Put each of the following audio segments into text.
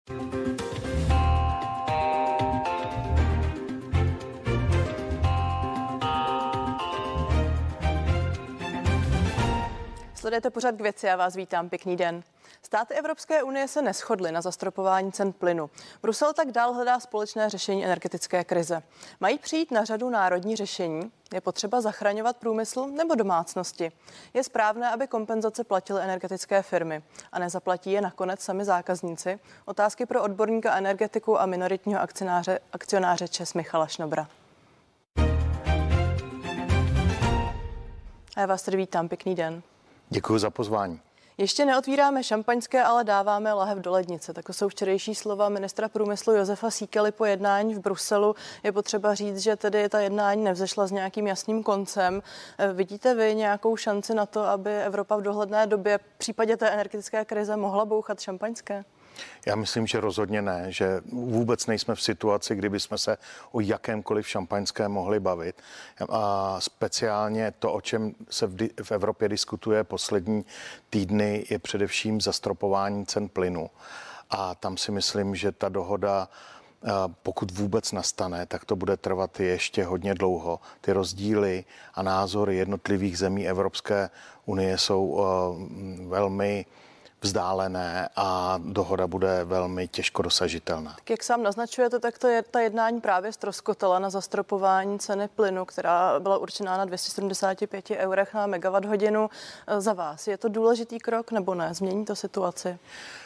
Sledujete pořad K věci, já vás vítám, pěkný den. Státy Evropské unie se neshodly na zastropování cen plynu. Brusel tak dál hledá společné řešení energetické krize. Mají přijít na řadu národní řešení? Je potřeba zachraňovat průmysl nebo domácnosti? Je správné, aby kompenzace platily energetické firmy a nezaplatí je nakonec sami zákazníci? Otázky pro odborníka energetiku a minoritního akcionáře ČEZ Michala Šnobra. A já vás tady vítám, pěkný den. Děkuji za pozvání. Ještě neotvíráme šampaňské, ale dáváme lahev do lednice. Tak jsou včerejší slova ministra průmyslu Josefa Síkely po jednání v Bruselu. Je potřeba říct, že tedy ta jednání nevzešla s nějakým jasným koncem. Vidíte vy nějakou šanci na to, aby Evropa v dohledné době v případě té energetické krize mohla bouchat šampaňské? Já myslím, že rozhodně ne, že vůbec nejsme v situaci, kdyby jsme se o jakémkoliv šampaňském mohli bavit. A speciálně to, o čem se v Evropě diskutuje poslední týdny, je především zastropování cen plynu. A tam si myslím, že ta dohoda, pokud vůbec nastane, tak to bude trvat ještě hodně dlouho. Ty rozdíly a názory jednotlivých zemí Evropské unie jsou velmi vzdálené a dohoda bude velmi těžko dosažitelná. Tak jak sám naznačujete, tak ta jednání právě ztroskotala na zastropování ceny plynu, která byla určená na 275 eurech na megawatt hodinu. Za vás je to důležitý krok nebo ne? Změní to situaci?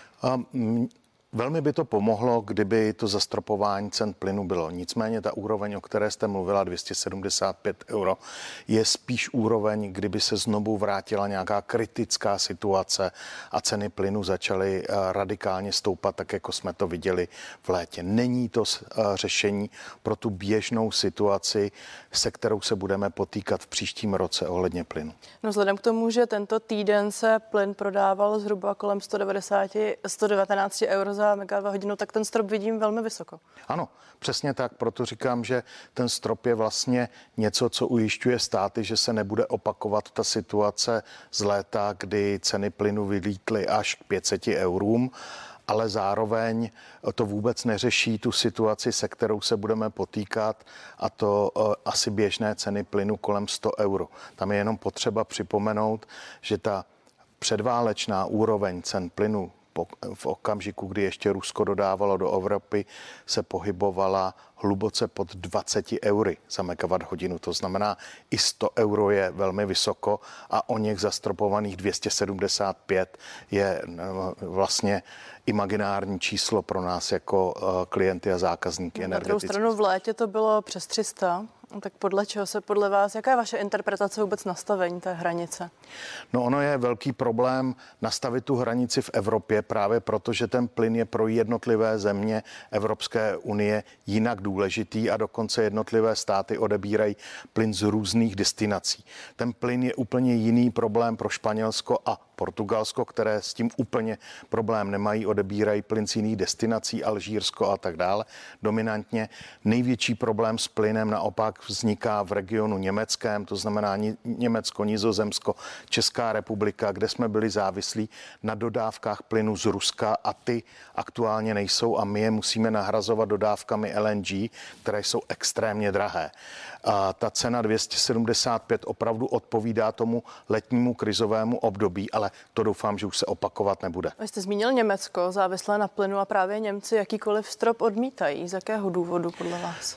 Velmi by to pomohlo, kdyby to zastropování cen plynu bylo. Nicméně ta úroveň, o které jste mluvila, 275 euro, je spíš úroveň, kdyby se znovu vrátila nějaká kritická situace a ceny plynu začaly radikálně stoupat, tak jako jsme to viděli v létě. Není to řešení pro tu běžnou situaci, se kterou se budeme potýkat v příštím roce ohledně plynu. No vzhledem k tomu, že tento týden se plyn prodával zhruba kolem 119 euro za megawatt hodinu, tak ten strop vidím velmi vysoko. Ano, přesně tak, proto říkám, že ten strop je vlastně něco, co ujišťuje státy, že se nebude opakovat ta situace z léta, kdy ceny plynu vylítly až k 500 eurům, ale zároveň to vůbec neřeší tu situaci, se kterou se budeme potýkat, a to asi běžné ceny plynu kolem 100 euro. Tam je jenom potřeba připomenout, že ta předválečná úroveň cen plynu v okamžiku, kdy ještě Rusko dodávalo do Evropy, se pohybovala hluboce pod 20 eury za megawatt hodinu. To znamená, i 100 euro je velmi vysoko a o něch zastropovaných 275 je vlastně imaginární číslo pro nás jako klienty a zákazníky energetické. Na druhou stranu v létě to bylo přes 300. Tak podle čeho se podle vás, jaká je vaše interpretace vůbec nastavení té hranice? No ono je velký problém nastavit tu hranici v Evropě právě proto, že ten plyn je pro jednotlivé země Evropské unie jinak důležitý a dokonce jednotlivé státy odebírají plyn z různých destinací. Ten plyn je úplně jiný problém pro Španělsko a Portugalsko, které s tím úplně problém nemají, odebírají plyn z jiných destinací, Alžírsko a tak dále. Dominantně největší problém s plynem naopak vzniká v regionu německém, to znamená Německo, Nizozemsko, Česká republika, kde jsme byli závislí na dodávkách plynu z Ruska a ty aktuálně nejsou a my je musíme nahrazovat dodávkami LNG, které jsou extrémně drahé. A ta cena 275 opravdu odpovídá tomu letnímu krizovému období, ale to doufám, že už se opakovat nebude. Vy jste zmínil Německo, závislé na plynu, a právě Němci jakýkoliv strop odmítají. Z jakého důvodu podle vás?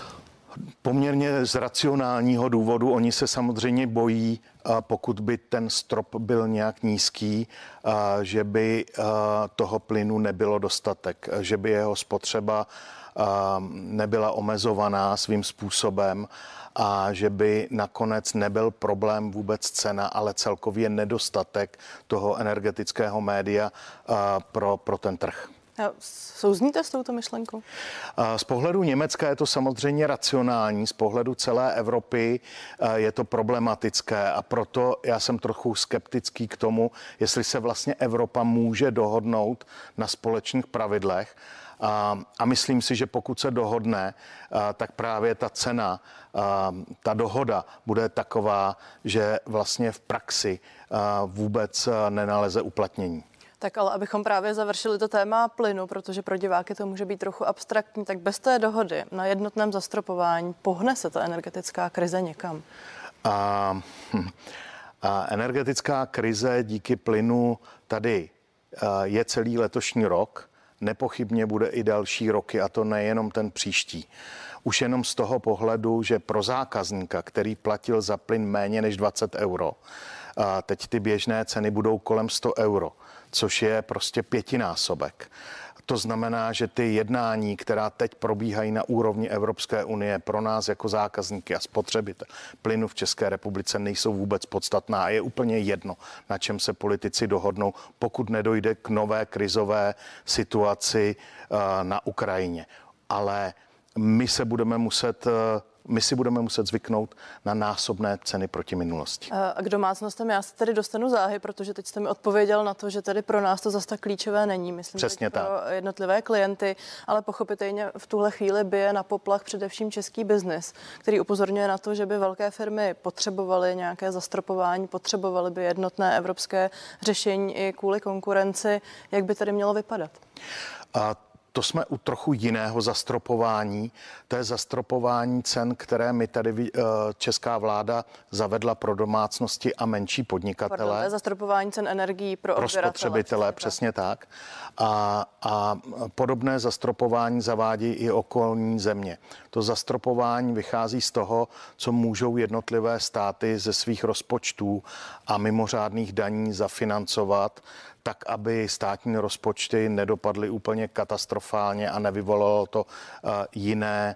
Poměrně z racionálního důvodu. Oni se samozřejmě bojí, pokud by ten strop byl nějak nízký, že by toho plynu nebylo dostatek, že by jeho spotřeba nebyla omezovaná svým způsobem a že by nakonec nebyl problém vůbec cena, ale celkově nedostatek toho energetického média pro ten trh. Souzníte s touto myšlenkou? Z pohledu Německa je to samozřejmě racionální, z pohledu celé Evropy je to problematické a proto já jsem trochu skeptický k tomu, jestli se vlastně Evropa může dohodnout na společných pravidlech. A myslím si, že pokud se dohodne, tak právě ta cena, ta dohoda bude taková, že vlastně v praxi vůbec nenaleze uplatnění. Tak ale abychom právě završili to téma plynu, protože pro diváky to může být trochu abstraktní, tak bez té dohody na jednotném zastropování pohne se ta energetická krize někam? A energetická krize díky plynu tady je celý letošní rok, nepochybně bude i další roky, a to nejenom ten příští. Už jenom z toho pohledu, že pro zákazníka, který platil za plyn méně než 20 euro, teď ty běžné ceny budou kolem 100 euro, což je prostě pětinásobek. To znamená, že ty jednání, která teď probíhají na úrovni Evropské unie, pro nás jako zákazníky a spotřebitel plynu v České republice nejsou vůbec podstatná. A je úplně jedno, na čem se politici dohodnou, pokud nedojde k nové krizové situaci na Ukrajině. Ale my si budeme muset zvyknout na násobné ceny proti minulosti. A k domácnostem já se tedy dostanu záhy, protože teď jste mi odpověděl na to, že tedy pro nás to zase tak klíčové není. Myslím, přesně tak. Pro jednotlivé klienty, ale pochopitelně v tuhle chvíli bije na poplach především český biznis, který upozorňuje na to, že by velké firmy potřebovaly nějaké zastropování, potřebovaly by jednotné evropské řešení i kvůli konkurenci. Jak by tedy mělo vypadat? To jsme u trochu jiného zastropování. To je zastropování cen, které my tady česká vláda zavedla pro domácnosti a menší podnikatele. To je zastropování cen energií pro spotřebitele, přesně tak. A podobné zastropování zavádí i okolní země. To zastropování vychází z toho, co můžou jednotlivé státy ze svých rozpočtů a mimořádných daní zafinancovat, tak, aby státní rozpočty nedopadly úplně katastrofálně a nevyvolalo to jiné,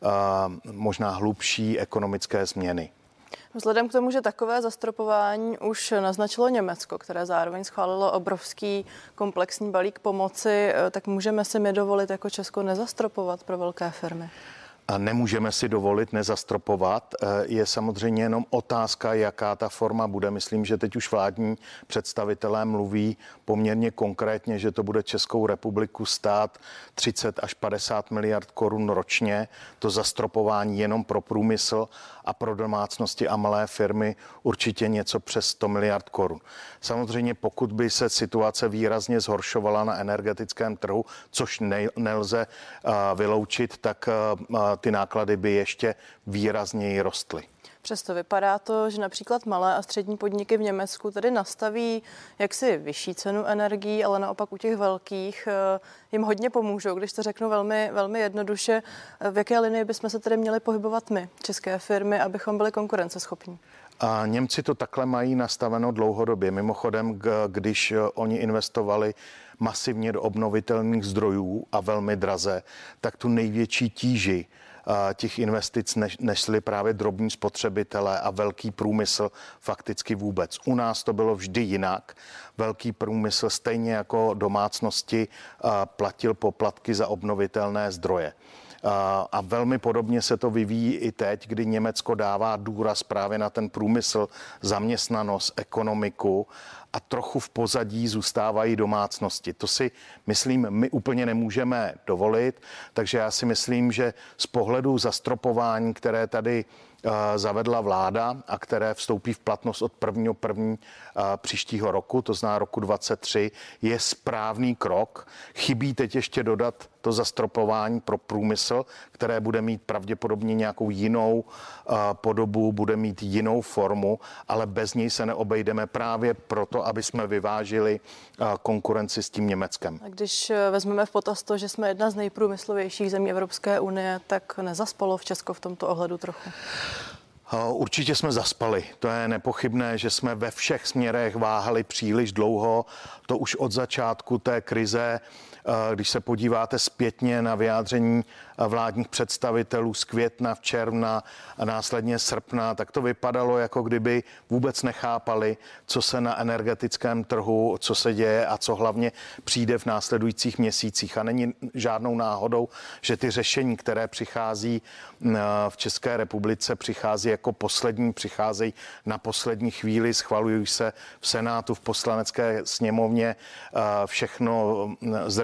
možná hlubší ekonomické změny. Vzhledem k tomu, že takové zastropování už naznačilo Německo, které zároveň schválilo obrovský komplexní balík pomoci, tak můžeme si my dovolit jako Česko nezastropovat pro velké firmy? A nemůžeme si dovolit nezastropovat. Je samozřejmě jenom otázka, jaká ta forma bude. Myslím, že teď už vládní představitelé mluví poměrně konkrétně, že to bude Českou republiku stát 30 až 50 miliard korun ročně. To zastropování jenom pro průmysl a pro domácnosti a malé firmy určitě něco přes 100 miliard korun. Samozřejmě pokud by se situace výrazně zhoršovala na energetickém trhu, což nelze vyloučit, tak ty náklady by ještě výrazněji rostly. Přesto vypadá to, že například malé a střední podniky v Německu tedy nastaví jaksi vyšší cenu energií, ale naopak u těch velkých jim hodně pomůžou. Když to řeknu velmi, velmi jednoduše, v jaké linii bychom se tedy měli pohybovat my, české firmy, abychom byli konkurenceschopní? A Němci to takhle mají nastaveno dlouhodobě. Mimochodem, když oni investovali masivně do obnovitelných zdrojů a velmi draze, tak tu největší tíži těch investic nesli právě drobní spotřebitelé a velký průmysl fakticky vůbec. U nás to bylo vždy jinak. Velký průmysl stejně jako domácnosti platil poplatky za obnovitelné zdroje. A velmi podobně se to vyvíjí i teď, kdy Německo dává důraz právě na ten průmysl, zaměstnanost, ekonomiku a trochu v pozadí zůstávají domácnosti. To si, myslím, my úplně nemůžeme dovolit, takže já si myslím, že z pohledu zastropování, které tady zavedla vláda a které vstoupí v platnost od 1.1. příštího roku, to znamená roku 2023, je správný krok. Chybí teď ještě dodat to zastropování pro průmysl, které bude mít pravděpodobně nějakou jinou podobu, bude mít jinou formu, ale bez něj se neobejdeme právě proto, aby jsme vyvážili konkurenci s tím Německem. A když vezmeme v potaz to, že jsme jedna z nejprůmyslovějších zemí Evropské unie, tak nezaspalo v Česku v tomto ohledu trochu? Určitě jsme zaspali. To je nepochybné, že jsme ve všech směrech váhali příliš dlouho. To už od začátku té krize, když se podíváte zpětně na vyjádření vládních představitelů z května, června a následně srpna, tak to vypadalo, jako kdyby vůbec nechápali, co se na energetickém trhu, co se děje a co hlavně přijde v následujících měsících. A není žádnou náhodou, že ty řešení, které přichází v České republice, přichází jako poslední, přicházejí na poslední chvíli, schvalují se v Senátu, v Poslanecké sněmovně, všechno zrychleně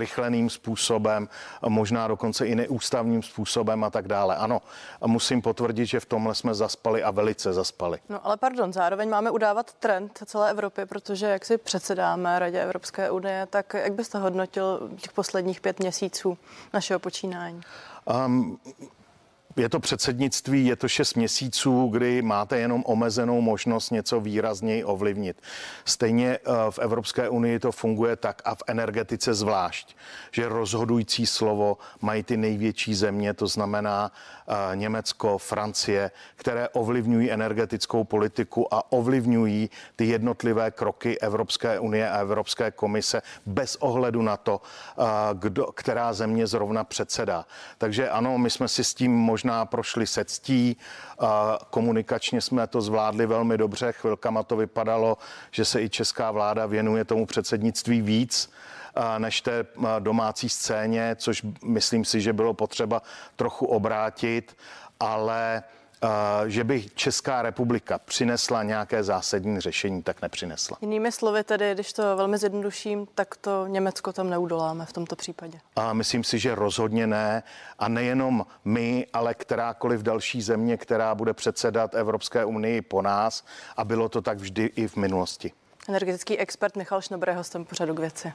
zrychleným způsobem, možná dokonce i neústavním způsobem a tak dále. Ano, musím potvrdit, že v tomhle jsme zaspali a velice zaspali. No ale pardon, zároveň máme udávat trend celé Evropy, protože jak si předsedáme Radě Evropské unie, tak jak byste hodnotil těch posledních 5 měsíců našeho počínání? Je to předsednictví, je to 6 měsíců, kdy máte jenom omezenou možnost něco výrazněji ovlivnit. Stejně v Evropské unii to funguje tak a v energetice zvlášť, že rozhodující slovo mají ty největší země, to znamená Německo, Francie, které ovlivňují energetickou politiku a ovlivňují ty jednotlivé kroky Evropské unie a Evropské komise bez ohledu na to, která země zrovna předsedá. Takže ano, my jsme si s tím možná prošli se ctí, komunikačně jsme to zvládli velmi dobře, chvilkama to vypadalo, že se i česká vláda věnuje tomu předsednictví víc než té domácí scéně, což myslím si, že bylo potřeba trochu obrátit, ale že by Česká republika přinesla nějaké zásadní řešení, tak nepřinesla. Jinými slovy tedy, když to velmi zjednoduším, tak to Německo tam neudoláme v tomto případě. A myslím si, že rozhodně ne. A nejenom my, ale kterákoliv další země, která bude předsedat Evropské unii po nás. A bylo to tak vždy i v minulosti. Energetický expert Michal Šnobr je hostem pořadu K věci.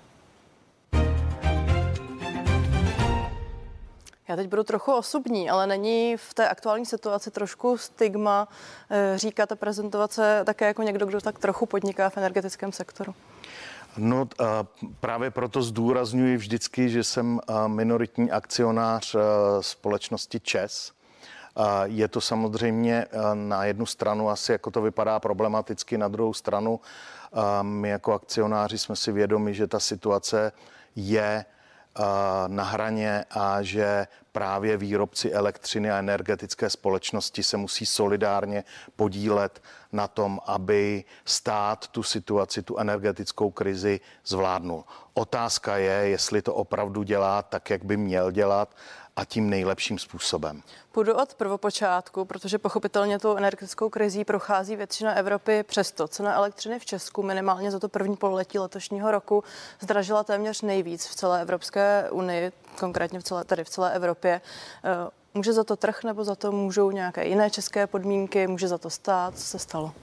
Já teď budu trochu osobní, ale není v té aktuální situaci trošku stigma říkat a prezentovat se také jako někdo, kdo tak trochu podniká v energetickém sektoru? No právě proto zdůrazňuji vždycky, že jsem minoritní akcionář společnosti ČEZ. Je to samozřejmě na jednu stranu asi jako to vypadá problematicky, na druhou stranu my jako akcionáři jsme si vědomi, že ta situace je na hraně a že právě výrobci elektřiny a energetické společnosti se musí solidárně podílet na tom, aby stát tu situaci, tu energetickou krizi zvládnul. Otázka je, jestli to opravdu dělá tak, jak by měl dělat a tím nejlepším způsobem. Půjdu od prvopočátku, protože pochopitelně tou energetickou krizí prochází většina Evropy. Přesto cena elektřiny v Česku minimálně za to první pololetí letošního roku zdražila téměř nejvíc v celé Evropské unii, konkrétně v celé Evropě. Může za to trh nebo za to můžou nějaké jiné české podmínky? Může za to stát? Co se stalo?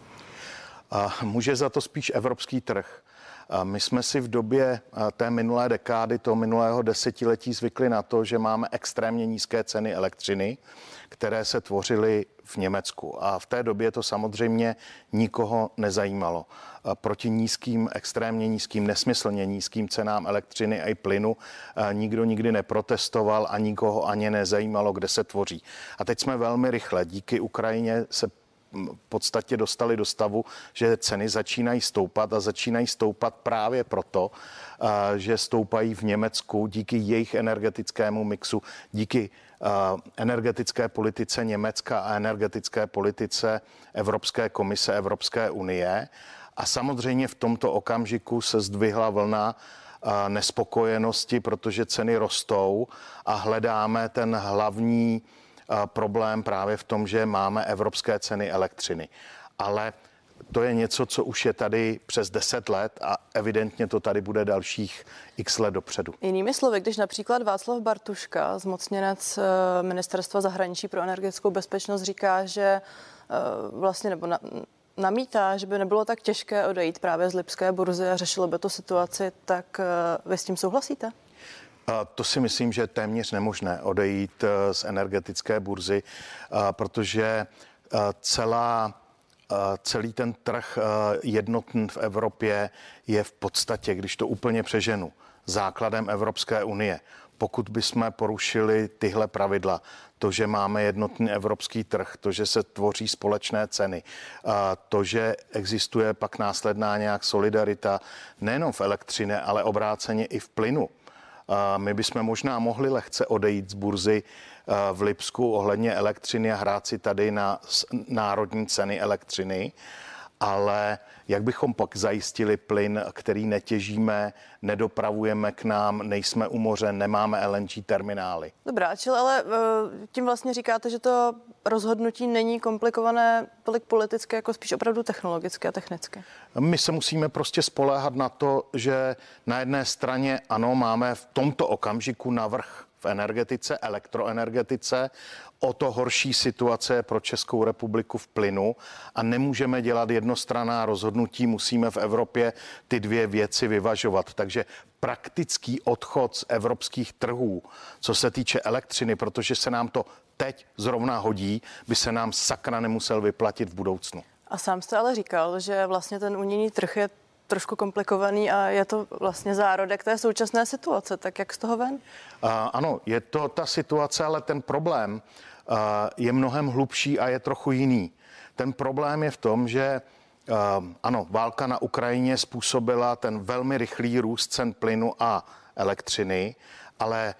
Může za to spíš evropský trh. My jsme si v době té minulé dekády, toho minulého desetiletí zvykli na to, že máme extrémně nízké ceny elektřiny, které se tvořily v Německu. A v té době to samozřejmě nikoho nezajímalo. Proti extrémně nízkým, nesmyslně nízkým cenám elektřiny a i plynu nikdo nikdy neprotestoval a nikoho ani nezajímalo, kde se tvoří. A teď jsme velmi rychle díky Ukrajině se v podstatě dostali do stavu, že ceny začínají stoupat a začínají stoupat právě proto, že stoupají v Německu díky jejich energetickému mixu, díky energetické politice Německa a energetické politice Evropské komise, Evropské unie. A samozřejmě v tomto okamžiku se zdvihla vlna nespokojenosti, protože ceny rostou a hledáme ten hlavní problém právě v tom, že máme evropské ceny elektřiny. Ale to je něco, co už je tady přes 10 let a evidentně to tady bude dalších x let dopředu. Jinými slovy, když například Václav Bartuška, zmocněnec Ministerstva zahraničí pro energetickou bezpečnost, říká, že vlastně nebo namítá, že by nebylo tak těžké odejít právě z lipské burzy a řešilo by to situaci, tak vy s tím souhlasíte? To si myslím, že je téměř nemožné odejít z energetické burzy, protože celý ten trh jednotný v Evropě je v podstatě, když to úplně přeženu, základem Evropské unie. Pokud bychom porušili tyhle pravidla, to, že máme jednotný evropský trh, to, že se tvoří společné ceny, to, že existuje pak následná nějak solidarita nejenom v elektřině, ale obráceně i v plynu. My bychom možná mohli lehce odejít z burzy v Lipsku ohledně elektřiny a hrát si tady na národní ceny elektřiny, ale jak bychom pak zajistili plyn, který netěžíme, nedopravujeme k nám, nejsme u moře, nemáme LNG terminály. Dobrá, čili ale tím vlastně říkáte, že to rozhodnutí není komplikované tolik politicky, jako spíš opravdu technologicky a technicky? My se musíme prostě spoléhat na to, že na jedné straně ano, máme v tomto okamžiku navrch v energetice, elektroenergetice, o to horší situace pro Českou republiku v plynu a nemůžeme dělat jednostranná rozhodnutí, musíme v Evropě ty dvě věci vyvažovat. Takže praktický odchod z evropských trhů, co se týče elektřiny, protože se nám to teď zrovna hodí, by se nám sakra nemusel vyplatit v budoucnu. A sám jste ale říkal, že vlastně ten unijní trh je trošku komplikovaný a je to vlastně zárodek té současné situace. Tak jak z toho ven? Ano, je to ta situace, ale ten problém je mnohem hlubší a je trochu jiný. Ten problém je v tom, že ano, válka na Ukrajině způsobila ten velmi rychlý růst cen plynu a elektřiny, ale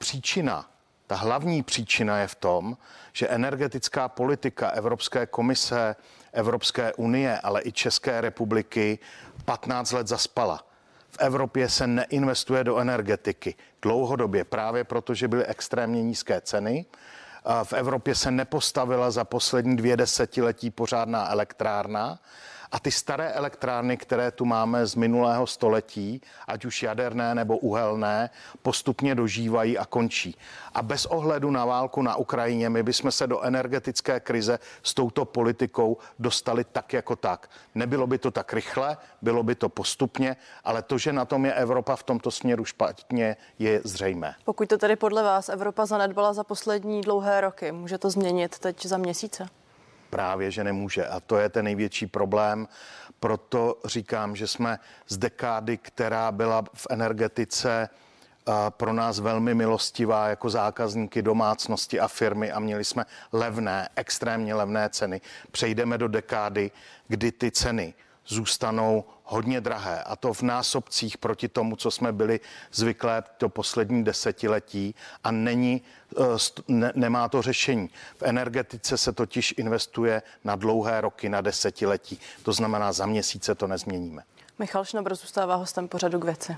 ta hlavní příčina je v tom, že energetická politika Evropské komise, Evropské unie, ale i České republiky 15 let zaspala. V Evropě se neinvestuje do energetiky dlouhodobě, právě protože byly extrémně nízké ceny. V Evropě se nepostavila za poslední 2 desetiletí pořádná elektrárna a ty staré elektrárny, které tu máme z minulého století, ať už jaderné nebo uhelné, postupně dožívají a končí. A bez ohledu na válku na Ukrajině, my bychom se do energetické krize s touto politikou dostali tak jako tak. Nebylo by to tak rychle, bylo by to postupně, ale to, že na tom je Evropa v tomto směru špatně, je zřejmé. Pokud to tedy podle vás Evropa zanedbala za poslední dlouhé roky, může to změnit teď za měsíce? Právě, že nemůže. A to je ten největší problém. Proto říkám, že jsme z dekády, která byla v energetice pro nás velmi milostivá jako zákazníky, domácnosti a firmy a měli jsme levné, extrémně levné ceny. Přejdeme do dekády, kdy ty ceny zůstanou hodně drahé a to v násobcích proti tomu, co jsme byli zvyklé to poslední desetiletí a nemá to řešení. V energetice se totiž investuje na dlouhé roky, na desetiletí. To znamená, za měsíce to nezměníme. Michal Šnobr zůstává hostem pořadu K věci.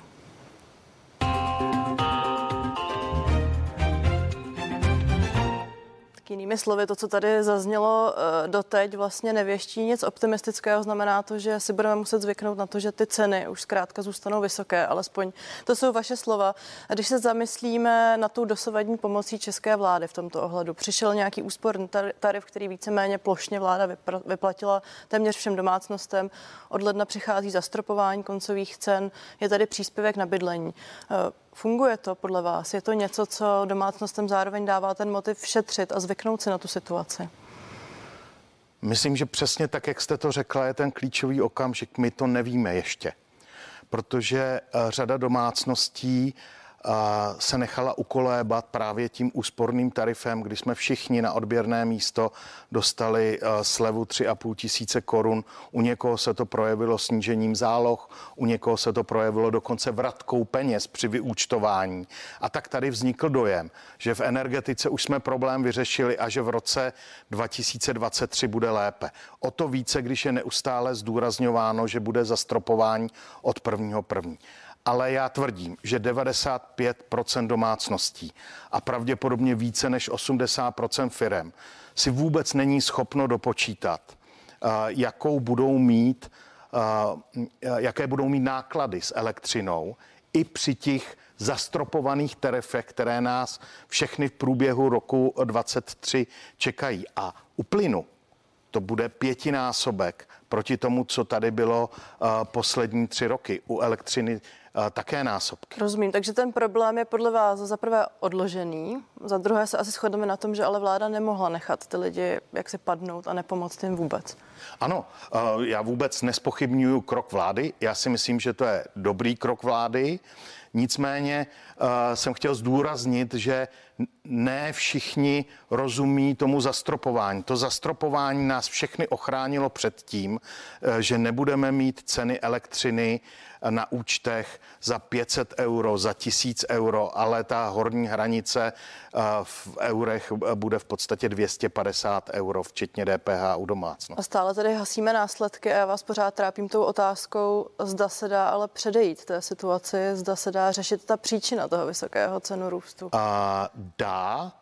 Jinými slovy, to, co tady zaznělo doteď, vlastně nevěští nic optimistického. Znamená to, že si budeme muset zvyknout na to, že ty ceny už zkrátka zůstanou vysoké, alespoň to jsou vaše slova. A když se zamyslíme na tu dosavadní pomocí české vlády v tomto ohledu, přišel nějaký úsporný tarif, který víceméně plošně vláda vyplatila téměř všem domácnostem. Od ledna přichází zastropování koncových cen, je tady příspěvek na bydlení. Funguje to podle vás? Je to něco, co domácnostem zároveň dává ten motiv šetřit a zvyknout si na tu situaci? Myslím, že přesně tak, jak jste to řekla, je ten klíčový okamžik. My to nevíme ještě, protože řada domácností se nechala ukolébat právě tím úsporným tarifem, kdy jsme všichni na odběrné místo dostali slevu 3,5 tisíce korun. U někoho se to projevilo snížením záloh, u někoho se to projevilo dokonce vratkou peněz při vyúčtování. A tak tady vznikl dojem, že v energetice už jsme problém vyřešili a že v roce 2023 bude lépe. O to více, když je neustále zdůrazňováno, že bude zastropování od 1.1. Ale já tvrdím, že 95% domácností a pravděpodobně více než 80% firem si vůbec není schopno dopočítat, jaké budou mít náklady s elektřinou i při těch zastropovaných tarifech, které nás všechny v průběhu roku 2023 čekají. A u plynu to bude 5násobek proti tomu, co tady bylo poslední 3 roky. U elektřiny také násobky. Rozumím, takže ten problém je podle vás za prvé odložený, za druhé se asi shodneme na tom, že ale vláda nemohla nechat ty lidi jak se padnout a nepomoct jim vůbec. Ano, já vůbec nespochybňuju krok vlády, já si myslím, že to je dobrý krok vlády, nicméně jsem chtěl zdůraznit, že ne všichni rozumí tomu zastropování. To zastropování nás všechny ochránilo před tím, že nebudeme mít ceny elektřiny na účtech za 500 euro, za 1000 euro, ale ta horní hranice v eurech bude v podstatě 250 euro, včetně DPH u domácnosti. A stále tady hasíme následky a já vás pořád trápím tou otázkou, zda se dá ale předejít té situaci, zda se dá řešit ta příčina toho vysokého cenu růstu. Dá,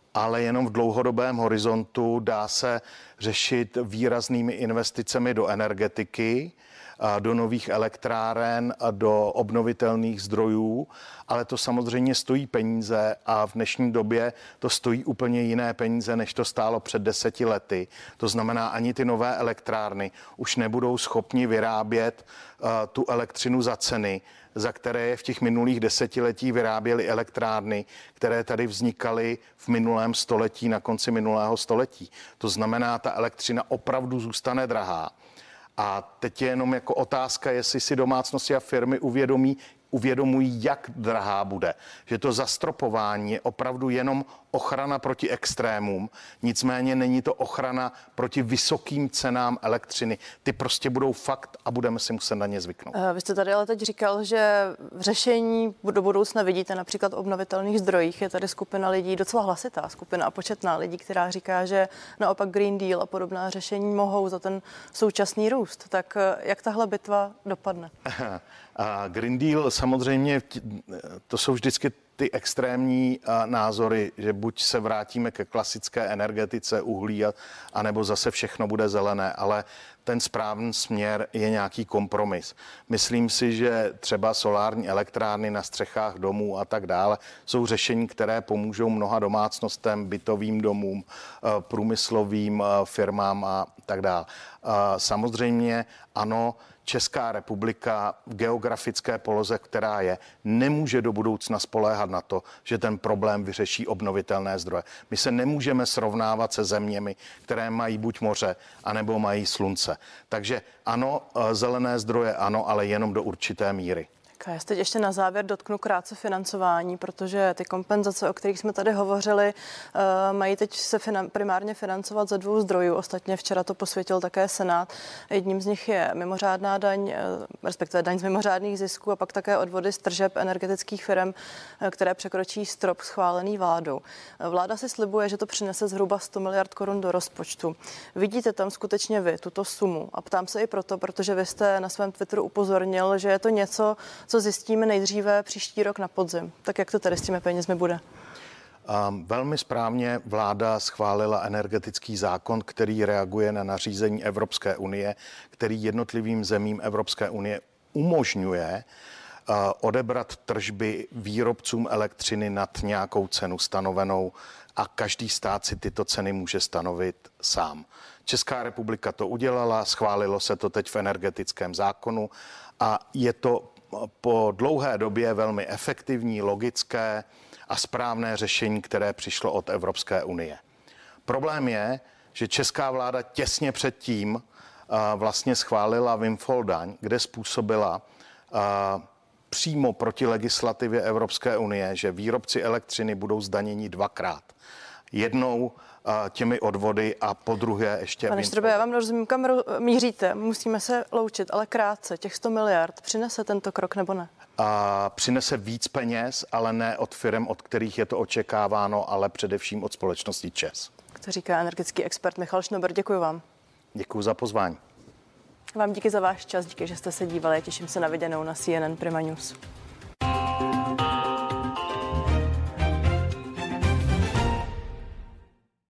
ale jenom v dlouhodobém horizontu. Dá se řešit výraznými investicemi do energetiky, do nových elektráren a do obnovitelných zdrojů, ale to samozřejmě stojí peníze a v dnešní době to stojí úplně jiné peníze, než to stálo před 10 lety. To znamená, ani ty nové elektrárny už nebudou schopni vyrábět tu elektřinu za ceny, za které je v těch minulých desetiletí vyráběly elektrárny, které tady vznikaly v minulém století, na konci minulého století. To znamená, ta elektřina opravdu zůstane drahá. A teď je jenom jako otázka, jestli si domácnosti a firmy uvědomují, jak drahá bude. Že to zastropování je opravdu jenom ochrana proti extrémům, nicméně není to ochrana proti vysokým cenám elektřiny. Ty prostě budou fakt a budeme si muset na ně zvyknout. Vy jste tady ale teď říkal, že v řešení do budoucna vidíte například obnovitelných zdrojích. Je tady skupina lidí, docela hlasitá skupina a početná lidí, která říká, že naopak Green Deal a podobná řešení mohou za ten současný růst. Tak jak tahle bitva dopadne? Green Deal samozřejmě, to jsou vždycky ty extrémní názory, že buď se vrátíme ke klasické energetice uhlí, anebo zase všechno bude zelené, ale ten správný směr je nějaký kompromis. Myslím si, že třeba solární elektrárny na střechách domů a tak dále jsou řešení, které pomůžou mnoha domácnostem, bytovým domům, průmyslovým firmám a tak dále. Samozřejmě ano, Česká republika v geografické poloze, která je, nemůže do budoucna spoléhat na to, že ten problém vyřeší obnovitelné zdroje. My se nemůžeme srovnávat se zeměmi, které mají buď moře, anebo mají slunce. Takže ano, zelené zdroje ano, ale jenom do určité míry. Já se teď ještě na závěr dotknu krátce financování, protože ty kompenzace, o kterých jsme tady hovořili, mají teď se primárně financovat ze 2 zdrojů. Ostatně včera to posvětil také Senát. Jedním z nich je mimořádná daň, respektive daň z mimořádných zisků a pak také odvody z tržeb energetických firm, které překročí strop schválený vládou. Vláda si slibuje, že to přinese zhruba 100 miliard korun do rozpočtu. Vidíte tam skutečně vy tuto sumu? A ptám se i proto, protože vy jste na svém Twitteru upozornil, že je to něco, co zjistíme nejdříve příští rok na podzim. Tak jak to tady s těmi penězmi bude? Velmi správně vláda schválila energetický zákon, který reaguje na nařízení Evropské unie, který jednotlivým zemím Evropské unie umožňuje odebrat tržby výrobcům elektřiny nad nějakou cenu stanovenou a každý stát si tyto ceny může stanovit sám. Česká republika to udělala, schválilo se to teď v energetickém zákonu a je to po dlouhé době velmi efektivní, logické a správné řešení, které přišlo od Evropské unie. Problém je, že česká vláda těsně předtím vlastně schválila windfall daň, kde způsobila přímo proti legislativě Evropské unie, že výrobci elektřiny budou zdaněni 2krát. Jednou těmi odvody a po druhé ještě... Pane Štrobe, já vám rozumím, kam míříte. Musíme se loučit, ale krátce. Těch 100 miliard přinese tento krok nebo ne? Přinese víc peněz, ale ne od firm, od kterých je to očekáváno, ale především od společnosti ČEZ. To říká energetický expert Michal Šnober. Děkuji vám. Děkuji za pozvání. Vám díky za váš čas, díky, že jste se dívali. Těším se na viděnou na CNN Prima News.